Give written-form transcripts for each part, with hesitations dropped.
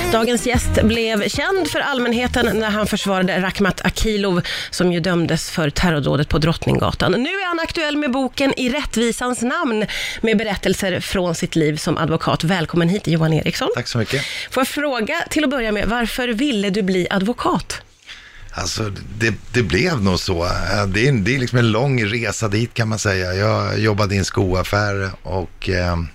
Dagens gäst blev känd för allmänheten när han försvarade Rakhmat Akilov som ju dömdes för terrordådet på Drottninggatan. Nu är han aktuell med boken I rättvisans namn med berättelser från sitt liv som advokat. Välkommen hit, Johan Eriksson. Tack så mycket. Får jag fråga till att börja med, varför ville du bli advokat? Alltså det blev nog så. Det är liksom en lång resa dit kan man säga. Jag jobbade i en skoaffär och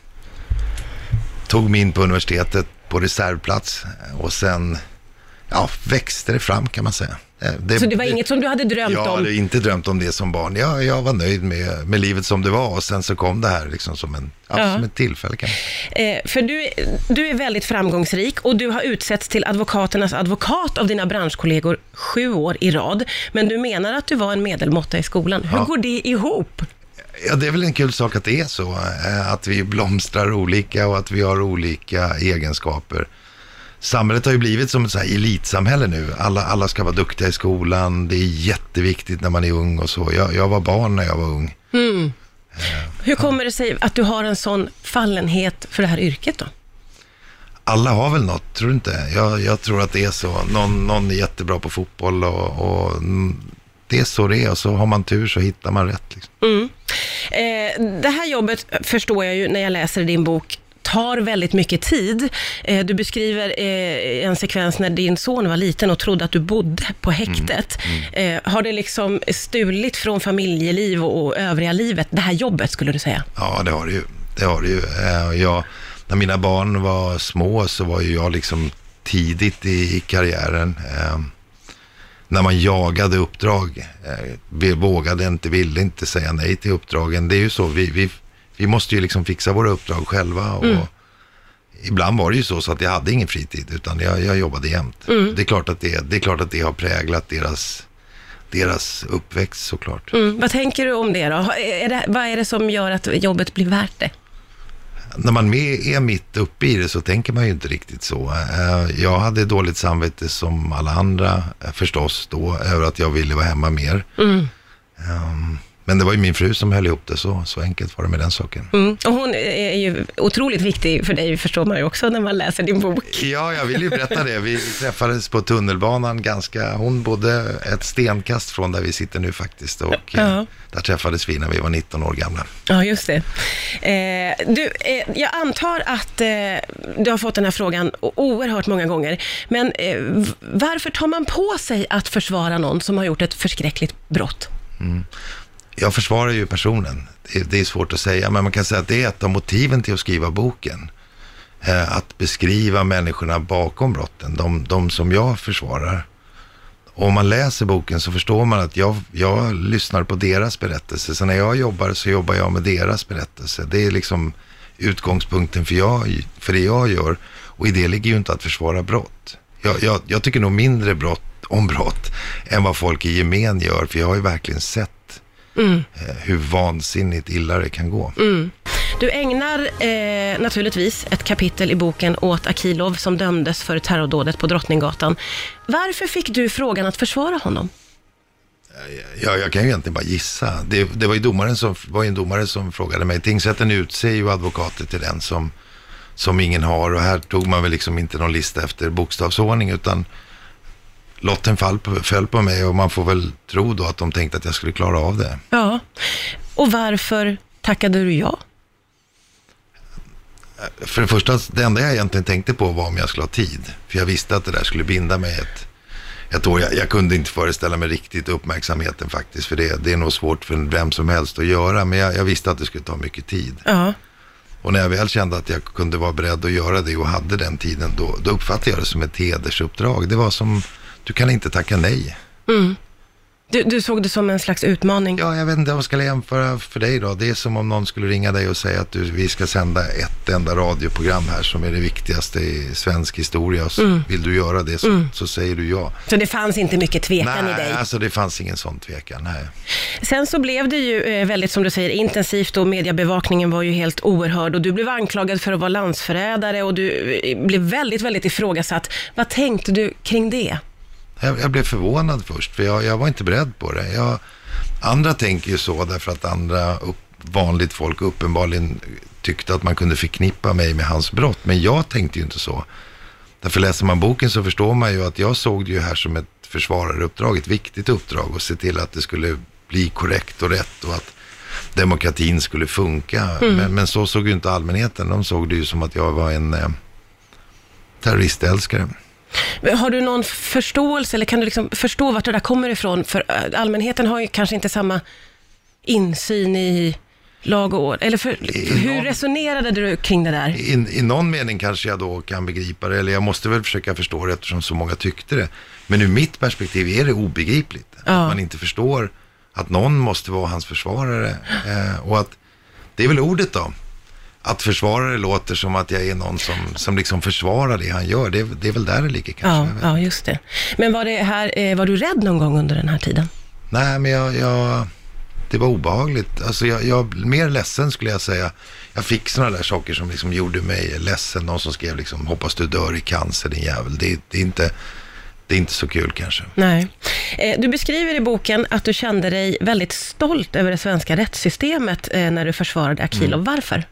tog mig in på universitetet på reservplats och sen växte det fram kan man säga. Så det var inget som du hade drömt om? Jag hade inte drömt om det som barn. Jag var nöjd med livet som det var och sen så kom det här liksom som ett tillfälle kanske. För du är väldigt framgångsrik och du har utsetts till advokaternas advokat av dina branschkollegor 7 år i rad. Men du menar att du var en medelmåtta i skolan. Hur går det ihop? Ja, det är väl en kul sak att det är så. Att vi blomstrar olika och att vi har olika egenskaper. Samhället har ju blivit som ett så här elitsamhälle nu. Alla ska vara duktiga i skolan. Det är jätteviktigt när man är ung och så. Jag var barn när jag var ung. Hur kommer det sig att du har en sån fallenhet för det här yrket då? Alla har väl något, tror du inte? Jag tror att det är så. Någon är jättebra på fotboll och det är så det är. Och så har man tur så hittar man rätt. Liksom. Det här jobbet förstår jag ju när jag läser din bok tar väldigt mycket tid. Du beskriver en sekvens när din son var liten och trodde att du bodde på häktet. Har det liksom stulit från familjeliv och övriga livet, det här jobbet skulle du säga? Ja, det har det ju. När mina barn var små så var ju jag liksom tidigt i karriären. När man jagade uppdrag, ville inte säga nej till uppdragen. Det är ju så, vi måste ju liksom fixa våra uppdrag själva och ibland var det ju så att jag hade ingen fritid utan jag jobbade jämt. Det är klart att det har präglat deras uppväxt såklart. Vad tänker du om det då? Vad är det som gör att jobbet blir värt det? När man är mitt uppe i det så tänker man ju inte riktigt så. Jag hade dåligt samvete som alla andra förstås då över att jag ville vara hemma mer. Men det var ju min fru som höll ihop det, så enkelt var det med den saken. Och hon är ju otroligt viktig för dig, förstår man ju också när man läser din bok. Ja, jag vill ju berätta det. Vi träffades på tunnelbanan hon bodde ett stenkast från där vi sitter nu faktiskt. Och där träffades vi när vi var 19 år gamla. Ja, just det. Jag antar att du har fått den här frågan oerhört många gånger. Men varför tar man på sig att försvara någon som har gjort ett förskräckligt brott? Jag försvarar ju personen. Det är svårt att säga, men man kan säga att det är ett av motiven till att skriva boken. Att beskriva människorna bakom brotten, de som jag försvarar. Och om man läser boken så förstår man att jag lyssnar på deras berättelse. Så när jag jobbar så jobbar jag med deras berättelse. Det är liksom utgångspunkten för det jag gör. Och i det ligger ju inte att försvara brott. Jag tycker nog mindre om brott än vad folk i gemen gör, för jag har ju verkligen sett hur vansinnigt illa det kan gå. Du ägnar naturligtvis ett kapitel i boken åt Akilov som dömdes för terrordådet på Drottninggatan. Varför fick du frågan att försvara honom? Jag kan ju egentligen bara gissa. Det var ju en domare som frågade mig. Tingsrätten utser ju advokater till den som ingen har, och här tog man väl liksom inte någon lista efter bokstavsordning utan lotten föll på mig och man får väl tro då att de tänkte att jag skulle klara av det. Ja, och varför tackade du ja? För det första, det enda jag egentligen tänkte på var om jag skulle ha tid. För jag visste att det där skulle binda mig ett år. Jag kunde inte föreställa mig riktigt uppmärksamheten faktiskt, för det är nog svårt för vem som helst att göra. Men jag visste att det skulle ta mycket tid. Ja. Och när jag väl kände att jag kunde vara beredd att göra det och hade den tiden, då uppfattade jag det som ett hedersuppdrag. Det var som, du kan inte tacka nej. Du såg det som en slags utmaning? Ja, jag vet inte vad jag ska jämföra för dig då. Det är som om någon skulle ringa dig och säga att vi ska sända ett enda radioprogram här som är det viktigaste i svensk historia. Så vill du göra det så säger du ja. Så det fanns inte mycket tvekan i dig? Nej, alltså det fanns ingen sån tvekan, nej. Sen så blev det ju väldigt, som du säger, intensivt och mediebevakningen var ju helt oerhörd och du blev anklagad för att vara landsförrädare och du blev väldigt, väldigt ifrågasatt. Vad tänkte du kring det? Jag blev förvånad först, för jag var inte beredd på det. Andra tänker ju så därför att vanligt folk uppenbarligen tyckte att man kunde förknippa mig med hans brott. Men jag tänkte ju inte så. Därför läser man boken så förstår man ju att jag såg det ju här som ett försvararuppdrag, ett viktigt uppdrag, och se till att det skulle bli korrekt och rätt och att demokratin skulle funka. Men så såg ju inte allmänheten. De såg det ju som att jag var en terroristälskare. Har du någon förståelse, eller kan du liksom förstå vart det där kommer ifrån? För allmänheten har ju kanske inte samma insyn i lag och ordning. Eller hur resonerade du kring det där? I någon mening kanske jag då kan begripa det, eller jag måste väl försöka förstå det eftersom så många tyckte det. Men ur mitt perspektiv är det obegripligt. Att man inte förstår att någon måste vara hans försvarare. Och att, det är väl ordet då. Att försvarare låter som att jag är någon som liksom försvarar det han gör. Det är väl där det ligger kanske. Ja, just det. Men var du rädd någon gång under den här tiden? Nej, men det var obehagligt. Alltså jag mer ledsen skulle jag säga. Jag fick såna där saker som liksom gjorde mig ledsen. Någon som skrev liksom, hoppas du dör i cancer, din jävel. Det är inte så kul kanske. Nej. Du beskriver i boken att du kände dig väldigt stolt över det svenska rättssystemet när du försvarade Akilov. Varför?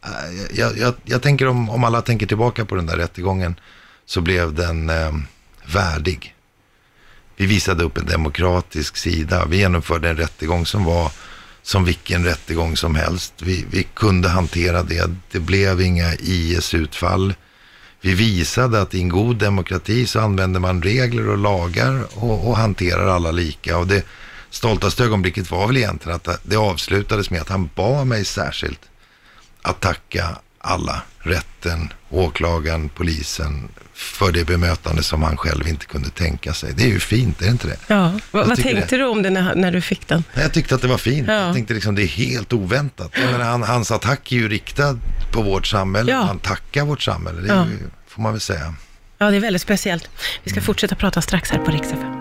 Jag tänker om alla tänker tillbaka på den där rättegången så blev den värdig. Vi visade upp en demokratisk sida. Vi genomförde en rättegång som var som vilken rättegång som helst. Vi kunde hantera det. Det blev inga IS-utfall. Vi visade att i en god demokrati så använder man regler och lagar och hanterar alla lika. Och det stoltaste ögonblicket var väl egentligen att det avslutades med att han bad mig särskilt att tacka alla, rätten, åklagaren, polisen, för det bemötande som han själv inte kunde tänka sig. Det är ju fint, är det inte det? Ja. Vad tänkte du om det när du fick den? Jag tyckte att det var fint. Ja. Jag tänkte liksom det är helt oväntat. Jag menar, hans attack är ju riktad på vårt samhälle. Ja. Han tackar vårt samhälle, det är ju, får man väl säga. Ja, det är väldigt speciellt. Vi ska fortsätta prata strax här på Rix FM.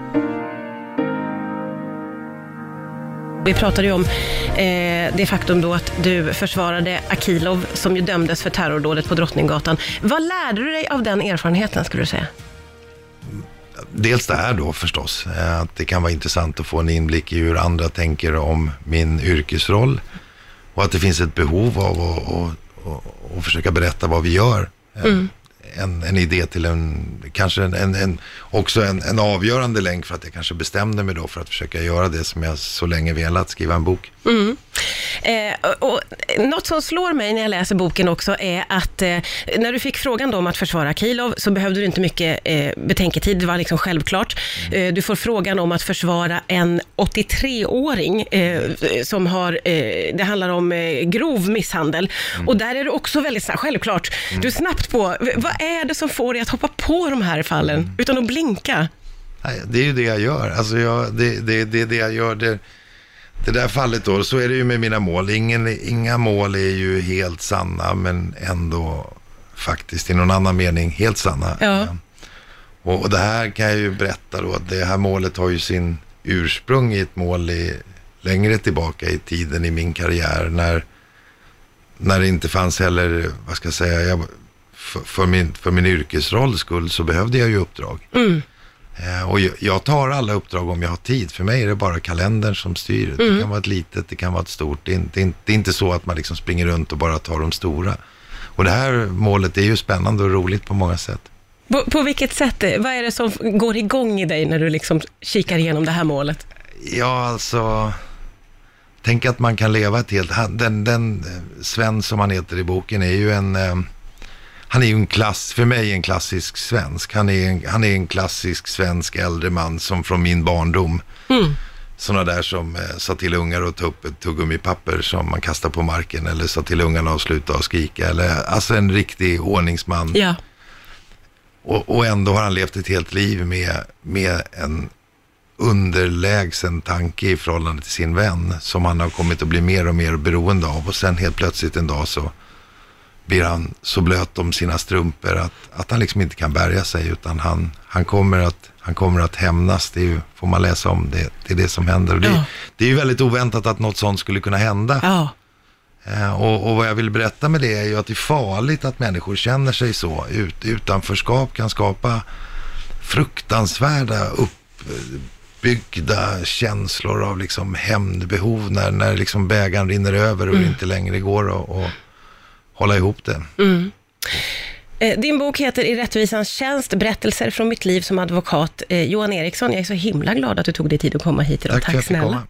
Vi pratade ju om det faktum då att du försvarade Akilov som ju dömdes för terrordådet på Drottninggatan. Vad lärde du dig av den erfarenheten, skulle du säga? Dels det här då förstås. Att det kan vara intressant att få en inblick i hur andra tänker om min yrkesroll. Och att det finns ett behov av att försöka berätta vad vi gör. En idé till också en avgörande länk för att jag kanske bestämde mig då för att försöka göra det som jag så länge velat, skriva en bok. Och något som slår mig när jag läser boken också är att när du fick frågan då om att försvara Akilov så behövde du inte mycket betänketid, det var liksom självklart. Du får frågan om att försvara en 83-åring som har, det handlar om grov misshandel. Och där är du också väldigt självklart. Du är snabbt på, vad är det som får dig att hoppa på de här fallen utan att blinka? Nej, det är ju det jag gör. Alltså det är det jag gör. Det där fallet då, så är det ju med mina mål. Inga mål är ju helt sanna, men ändå faktiskt i någon annan mening helt sanna. Ja. Och det här kan jag ju berätta då, att det här målet har ju sin ursprung i ett mål längre tillbaka i tiden i min karriär, när det inte fanns heller, vad ska jag säga, för min yrkesrolls skull så behövde jag ju uppdrag. Och jag tar alla uppdrag om jag har tid. För mig är det bara kalendern som styr. Det kan vara ett litet, det kan vara ett stort. Det är inte så att man liksom springer runt och bara tar de stora. Och det här målet är ju spännande och roligt på många sätt. På vilket sätt? Vad är det som går igång i dig när du liksom kikar igenom det här målet? Ja, alltså... Tänk att man kan leva ett helt... Den Sven som han heter i boken är ju han är ju för mig en klassisk svensk. Han är en klassisk svensk äldre man som från min barndom. Såna där som sa till ungar att ta upp ett tuggummipapper som man kastar på marken, eller sa till ungarna att sluta och skrika. Alltså en riktig ordningsman. Ja. Och ändå har han levt ett helt liv med en underlägsen tanke i förhållande till sin vän som han har kommit att bli mer och mer beroende av. Och sen helt plötsligt en dag så blir han så blöt om sina strumpor att han liksom inte kan bärga sig, utan han kommer att hämnas. Det är ju, får man läsa om, det är det som händer. Och det är ju väldigt oväntat att något sånt skulle kunna hända. Ja. Och vad jag vill berätta med det är ju att det är farligt att människor känner sig så. Utanförskap kan skapa fruktansvärda uppbyggda känslor av liksom hämndbehov när liksom bägaren rinner över och inte längre går och hålla ihop det. Din bok heter I rättvisans tjänst, berättelser från mitt liv som advokat. Johan Eriksson, jag är så himla glad att du tog dig tid att komma hit idag. Tack för att jag fick komma.